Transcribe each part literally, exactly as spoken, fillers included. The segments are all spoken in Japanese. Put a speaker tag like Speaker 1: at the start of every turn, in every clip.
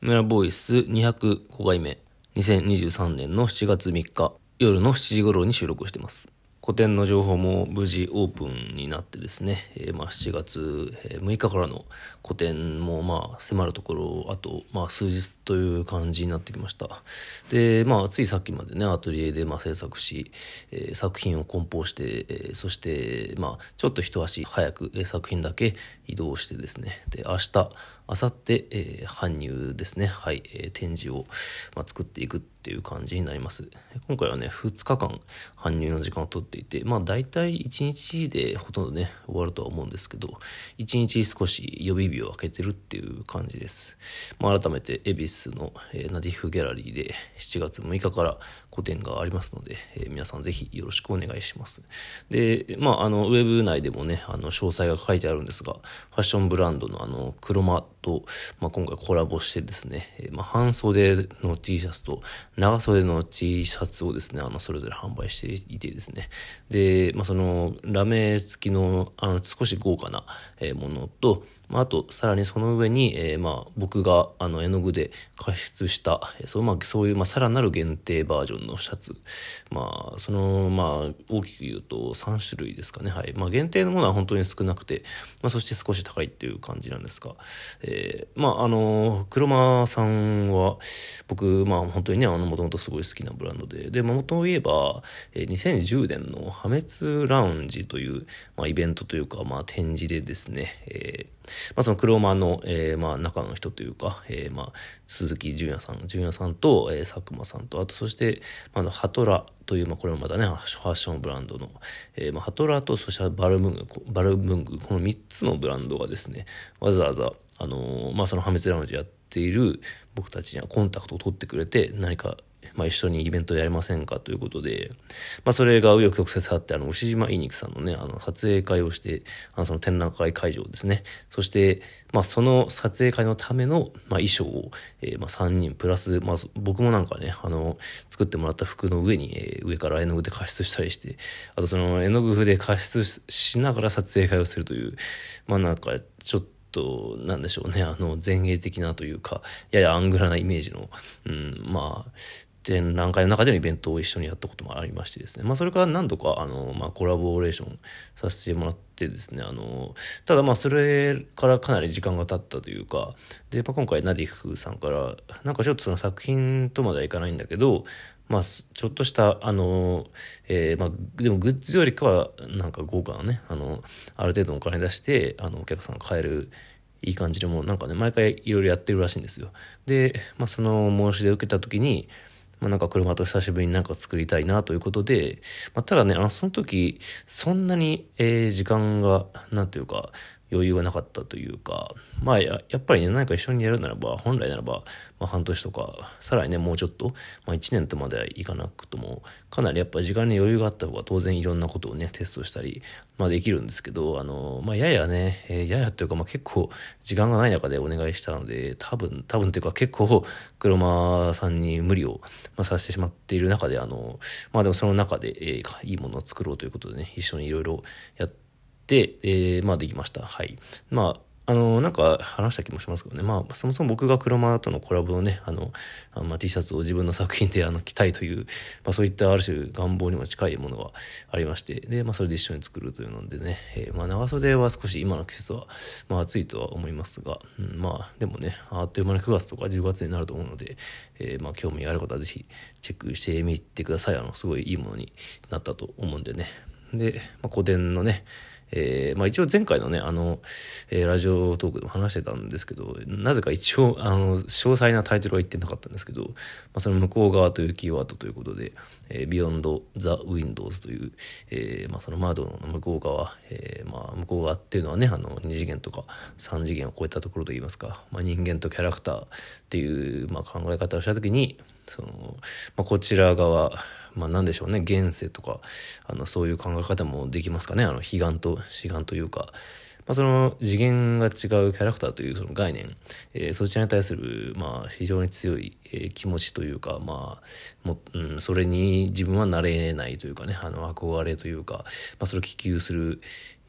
Speaker 1: メラボイスにひゃくごかいめ、にせんにじゅうさんねんのしちがつみっか、夜のしちじ頃に収録しています。個展の情報も無事オープンになってですね、えー、まあしちがつむいかからの個展もまあ迫るところ、あとまあ数日という感じになってきました。で、まあついさっきまでね、アトリエでまあ制作し、えー、作品を梱包して、えー、そしてまあちょっと一足早く、えー、作品だけ移動してですね、で、明日、明後日、えー、搬入ですね、はい、えー、展示を、まあ、作っていくっていう感じになります。今回はね、ふつかかん搬入の時間を取っていて、まあ大体いちにちでほとんどね、終わるとは思うんですけど、いちにち少し予備日を空けてるっていう感じです。まあ改めて、恵比寿の、えー、ナディフギャラリーでしちがつむいかから個展がありますので、えー、皆さんぜひよろしくお願いします。で、まああの、ウェブ内でもね、あの、詳細が書いてあるんですが、ファッションブランドのあの、黒マと、まあ、今回コラボしてですね、えー、まあ、半袖の T シャツと長袖の T シャツをですね、あの、それぞれ販売していてですね、で、まあ、その、ラメ付きの、あの、少し豪華な、えー、ものと、まあ、あと、さらにその上に、えー、まあ、僕が、あの、絵の具で加筆した、えー、そう、まあ、そういう、まあ、さらなる限定バージョンのシャツ。まあ、その、まあ、大きく言うとさんしゅるいですかね。はい。まあ、限定のものは本当に少なくて、まあ、そして少し高いっていう感じなんですが、えー、まあ、あの、黒間さんは、僕、まあ、本当にね、あの、もともとすごい好きなブランドで、で、まあ、元を言えば、えー、にせんじゅうねんの破滅ラウンジという、まあ、イベントというか、まあ、展示でですね、えーまあ、その黒間の、えー、まあ、中の人というか、えー、まあ、鈴木純也さん、純也さんと、えー、佐久間さんと、あと、そして、まあ、あの、ハトラという、まあ、これもまたね、ファッションブランドの、えー、まあ、ハトラと、そしてバルムング、バルムング、このみっつのブランドがですね、わざわざ、あのー、まあ、その破滅ラウンジやっている僕たちにはコンタクトを取ってくれて、何か、まあ、一緒にイベントやりませんかということで、まあ、それが紆余曲折あって、あの、牛島イニクさんのね、あの、撮影会をして、あの、その展覧会会場ですね。そして、まあ、その撮影会のための、まあ、衣装を、えー、まあ、さんにんプラス、まあ、僕もなんかね、あの、作ってもらった服の上に、えー、上から絵の具で加筆したりして、あとその絵の具で加筆しながら撮影会をするという、まあ、なんか、ちょっと、と、なんでしょうね、あの、前衛的なというか、ややアングラなイメージの、うん、まあ、展覧会の中でのイベントを一緒にやったこともありましてですね。まあ、それから何度か、あの、まあ、コラボレーションさせてもらってですね、あの、ただまあ、それからかなり時間が経ったというか、で、まあ、今回ナディフさんから、なんかちょっとその作品とまではいかないんだけど、まあ、ちょっとした、あの、えー、まあ、でもグッズよりかは、なんか豪華なね、あの、ある程度のお金出して、あの、お客さんが買える、いい感じでもなんかね、毎回いろいろやってるらしいんですよ。で、まあ、その申し出を受けた時に、まあ、なんか車と久しぶりになんか作りたいなということで、まあ、ただね、あの、その時、そんなに、えー、時間が、なんていうか、余裕がなかったというか、まあや、やっぱりね、何か一緒にやるならば、本来ならば、まあ、半年とか、さらにね、もうちょっと、まあ、一年とまではいかなくとも、かなりやっぱ時間に余裕があった方が当然いろんなことをね、テストしたり、まあできるんですけど、あの、まあややね、えー、ややというか、まあ結構時間がない中でお願いしたので、多分、多分っていうか結構、黒間さんに無理を、まあ、させてしまっている中で、あの、まあでもその中で、えー、いいものを作ろうということでね、一緒にいろいろやって、で、えー、まあできました。はい。まあ、あの、なんか話した気もしますけどね。まあ、そもそも僕が黒間とのコラボのね、あの、あまあ、T シャツを自分の作品であの着たいという、まあそういったある種願望にも近いものがありまして、で、まあそれで一緒に作るというのでね、えー、まあ長袖は少し今の季節は、まあ暑いとは思いますが、うん、まあでもね、あっという間にくがつとかじゅうがつになると思うので、えー、まあ興味がある方はぜひチェックしてみてください。あの、すごいいいものになったと思うんでね。で、まあ個展のね、えー、まあ一応前回のね、あの、えー、ラジオトークでも話してたんですけど、なぜか一応、あの、詳細なタイトルは言ってなかったんですけど、まあその向こう側というキーワードということで、えー、Beyond the Windows という、えー、まあその窓の向こう側、えー、まあ向こう側っていうのはね、あの、に次元とかさん次元を超えたところといいますか、まあ人間とキャラクターっていう、まあ考え方をしたときに、その、まあこちら側、まあなんでしょうね、現世とか、あの、そういう考え方もできますかね。あの、彼岸と志願というか、まあその次元が違うキャラクターというその概念、えー、そちらに対する、まあ非常に強い、えー、気持ちというか、まあ、もうん、それに自分はなれないというかね、あの、憧れというか、まあそれを希求する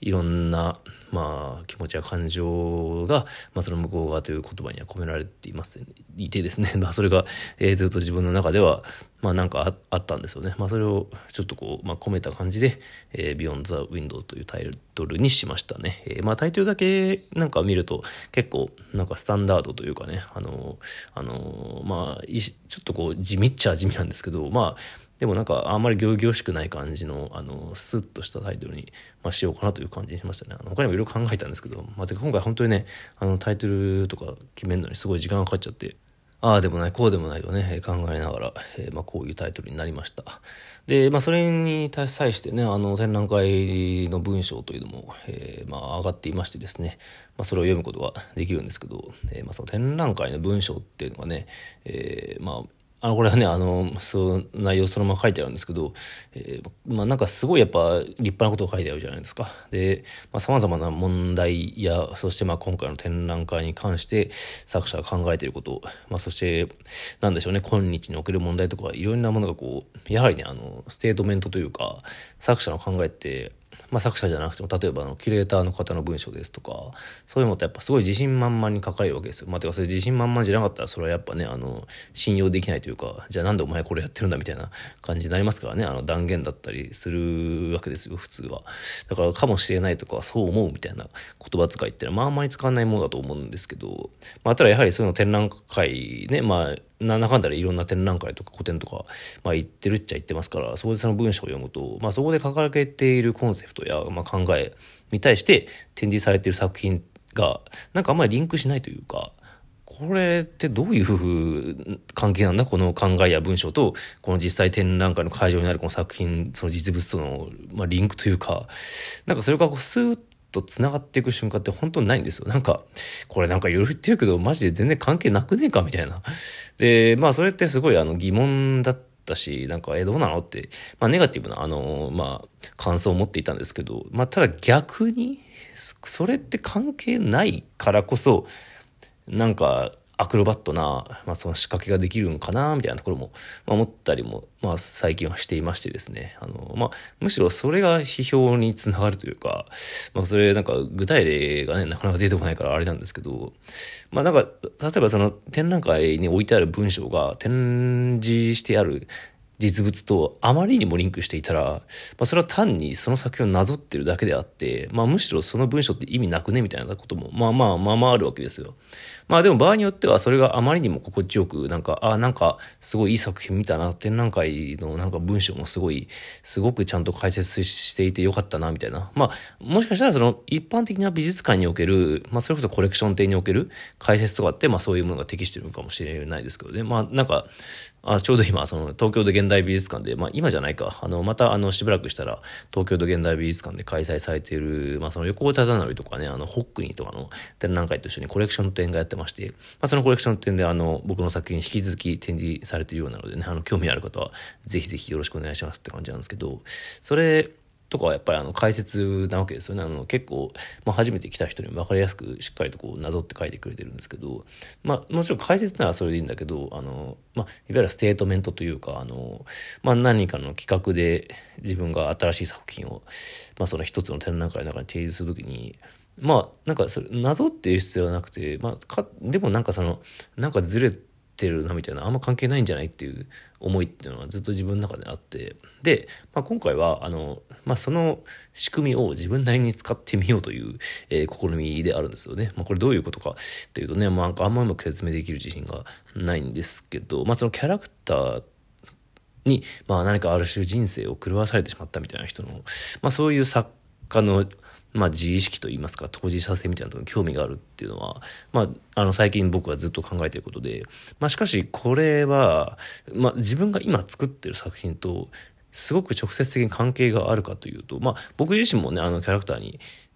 Speaker 1: いろんなまあ気持ちや感情が、まあ、その向こう側という言葉には込められていますいてですね、まあ、それが、えー、ずっと自分の中ではまあなんか あ, あったんですよね。まあそれをちょっとこう、まあ、込めた感じで、えー、Beyond the Window というタイトルにしましたね。えー、まあタイトルだけなんか見ると結構なんかスタンダードというかね、あのあのまあちょっとこう地味っちゃ地味なんですけど、まあでもなんかあんまり仰々しくない感じのあのスッとしたタイトルに、まあ、しようかなという感じにしましたね。あの他にもいろいろ考えたんですけど、まあ、てか今回本当にねあのタイトルとか決めるのにすごい時間がかかっちゃって、ああでもないこうでもないとね考えながら、えーまあ、こういうタイトルになりました。で、まあ、それに対してねあの展覧会の文章というのも、えーまあ、上がっていましてですね、まあ、それを読むことができるんですけど、えーまあ、その展覧会の文章っていうのがね、えー、まああの、これはね、あの、そう、内容そのまま書いてあるんですけど、えー、まあなんかすごいやっぱ立派なことが書いてあるじゃないですか。で、まあ様々な問題や、そしてまあ今回の展覧会に関して作者が考えていること、まあそして、なんでしょうね、今日における問題とかいろんなものがこう、やはりね、あの、ステートメントというか、作者の考えって、まあ、作者じゃなくても例えばあのキュレーターの方の文章ですとかそういうのってやっぱすごい自信満々に書かれるわけですよ。まあ、てかそれ自信満々じゃなかったらそれはやっぱねあの信用できないというか、じゃあなんでお前これやってるんだみたいな感じになりますからね。あの断言だったりするわけですよ普通は。だからかもしれないとかそう思うみたいな言葉遣いってのはまああんまり使わないものだと思うんですけど、まあ、ただやはりそういうの展覧会ね、まあなんだかんだでいろんな展覧会とか個展とか、まあ、言ってるっちゃ言ってますから、そこでその文章を読むと、まあ、そこで掲げているコンセプトや、まあ、考えに対して展示されている作品がなんかあんまりリンクしないというか、これってどういう関係なんだこの考えや文章とこの実際展覧会の会場にあるこの作品その実物との、まあ、リンクというか、なんかそれがこうスーッと繋がっていく瞬間って本当にないんですよ。なんかこれなんかいろいろ言ってるけどマジで全然関係なくねえかみたいな。でまあそれってすごいあの疑問だったし、なんかえどうなのって、まあ、ネガティブなあのまあ感想を持っていたんですけど、まあただ逆にそれって関係ないからこそなんかアクロバットな、まあ、その仕掛けができるんかなみたいなところも、まあ、思ったりも、まあ、最近はしていましてですね、あの、まあ、むしろそれが批評につながるというか、まあ、それなんか具体例がねなかなか出てこないからあれなんですけど、まあなんか例えばその展覧会に置いてある文章が展示してある実物とあまりにもリンクしていたら、まあ、それは単にその作品をなぞってるだけであって、まあ、むしろその文章って意味なくねみたいなこともまあまあまあまああるわけですよ。まあでも場合によってはそれがあまりにも心地よくなんかあなんかすごいいい作品見たな、展覧会のなんか文章もすごいすごくちゃんと解説していてよかったなみたいな、まあもしかしたらその一般的な美術館における、まあ、それこそコレクション展における解説とかってまあそういうものが適しているのかもしれないですけどね。まあなんかあちょうど今その東京で現代美術館で、まあ、今じゃないかあのまたあのしばらくしたら東京都現代美術館で開忠されている、まあ、その横尾忠則とかねあのホックニーとかの展覧会と一緒にコレクション展がやってまして、まあ、そのコレクション展であの僕の作品引き続き展示されているようなのでね、あの興味ある方はぜひぜひよろしくお願いしますって感じなんですけど、それとかはやっぱりあの解説なわけですよね。あの結構、まあ、初めて来た人に分かりやすくしっかりとこうなぞって書いてくれてるんですけど、まあもちろん解説ならそれでいいんだけど、あの、まあ、いわゆるステートメントというか、あの、まあ何かの企画で自分が新しい作品を、まあその一つの展覧会の中に提示するときに、まあなんかそれなぞっていう必要はなくて、まあかでもなんかそのなんかずれてるなみたいな、あんま関係ないんじゃないっていう思いっていうのはずっと自分の中であって、で、まあ、今回はあの、まあ、その仕組みを自分なりに使ってみようという、えー、試みであるんですよね。まあ、これどういうことかっていうとね、まあ、あんまうまく説明できる自信がないんですけど、まあ、そのキャラクターに、まあ、何かある種人生を狂わされてしまったみたいな人の、まあ、そういう作家のまあ、自意識といいますか当事者性みたいなところに興味があるっていうのは、まあ、あの最近僕はずっと考えていることで、まあ、しかしこれは、まあ、自分が今作ってる作品とすごく直接的に関係があるかというと、まあ、僕自身もねあのキャラクターに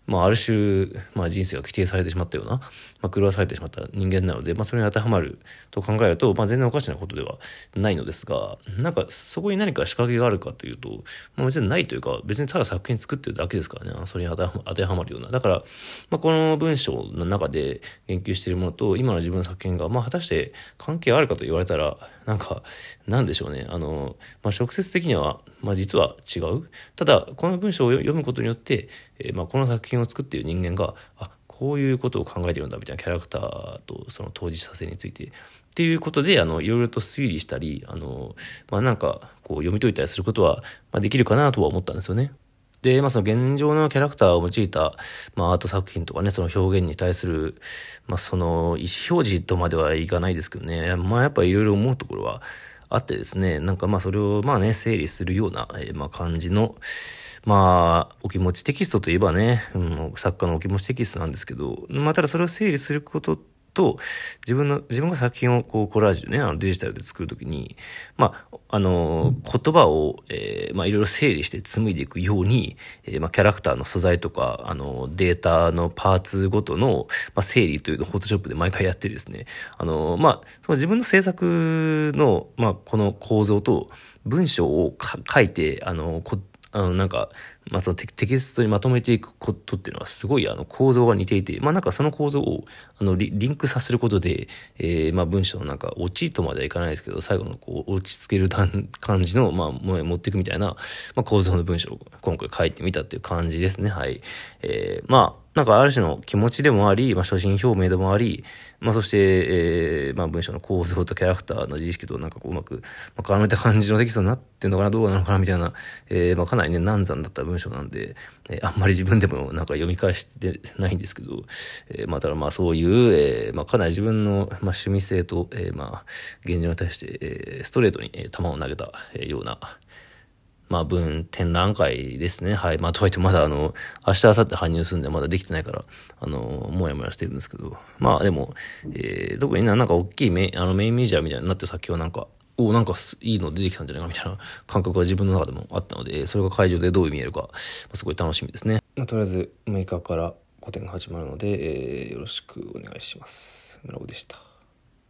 Speaker 1: まあ、ある種、まあ、人生が規定されてしまったような、まあ、狂わされてしまった人間なので、まあ、それに当てはまると考えると、まあ、全然おかしなことではないのですが、なんかそこに何か仕掛けがあるかというと、まあ、別にないというか、別にただ作品作ってるだけですからね、それに当てはま、当てはまるような。だから、まあ、この文章の中で言及しているものと、今の自分の作品が、まあ、果たして関係あるかと言われたら、なんか、なんでしょうね。あの、まあ、直接的には、まあ、実は違う。ただ、この文章を読むことによって、えーまあ、この作品を作っている人間が、あ、こういうことを考えてるんだみたいなキャラクターとその当事者性についてっていうことで、あの、いろいろと推理したり、あの、まあ、なんか、こう読み解いたりすることは、まあ、できるかなとは思ったんですよね。で、まあ、その現状のキャラクターを用いた、まあ、アート作品とかね、その表現に対する、まあ、その意思表示とまではいかないですけどね、まあ、やっぱりいろいろ思うところはあってですね、なんかまあ、それをまあね、整理するような、えー、まあ、感じの、まあ、お気持ちテキストといえばね、うん、作家のお気持ちテキストなんですけど、まあ、ただそれを整理することと、自分の、自分が作品をこうコラージュでね、あのデジタルで作るときに、まあ、あの、言葉を、えー、まあ、いろいろ整理して紡いでいくように、えー、まあ、キャラクターの素材とか、あの、データのパーツごとの、まあ、整理というのをフォトショップで毎回やってですね、あの、まあ、その自分の制作の、まあ、この構造と文章を書いて、あの、こあの、なんか、まあ、そのテキストにまとめていくことっていうのはすごいあの構造が似ていて、まあ、なんかその構造をあの リ, リンクさせることで、えー、まあ文章のなんか落ちとまではいかないですけど、最後のこう落ち着ける感じの、まあ、持っていくみたいな、まあ、構造の文章を今回書いてみたっていう感じですね。はい。えー、まあ、なんかある種の気持ちでもあり、まあ、所信表明でもあり、まあ、そして、えー、まあ、文章の構造とキャラクターの自意識となんかこううまく絡めた感じのテキストになってんのかな、どうなのかなみたいな、えー、まあ、かなりね、難産だった文章なんで、えー、あんまり自分でもなんか読み返してないんですけど、えー、まあ、ただまあ、そういう、えー、まあ、かなり自分の、まあ、趣味性と、えー、まあ、現状に対して、えー、ストレートに、えー、球を投げた、えー、ような、まあ、文展覧会ですね。はい。まあ、とはいってまだあの、明日、明後日搬入するんでまだできてないから、あの、もやもやしてるんですけど、まあ、でも、えー、特にな、なんか大きいメイン、あの、メインメジャーみたいになって先はなんか、おなんかいいの出てきたんじゃないかみたいな感覚が自分の中でもあったので、それが会場でどう見えるか、すごい楽しみですね。まあ、とりあえずむいかから個展が始まるので、えー、よろしくお願いします。村尾でした。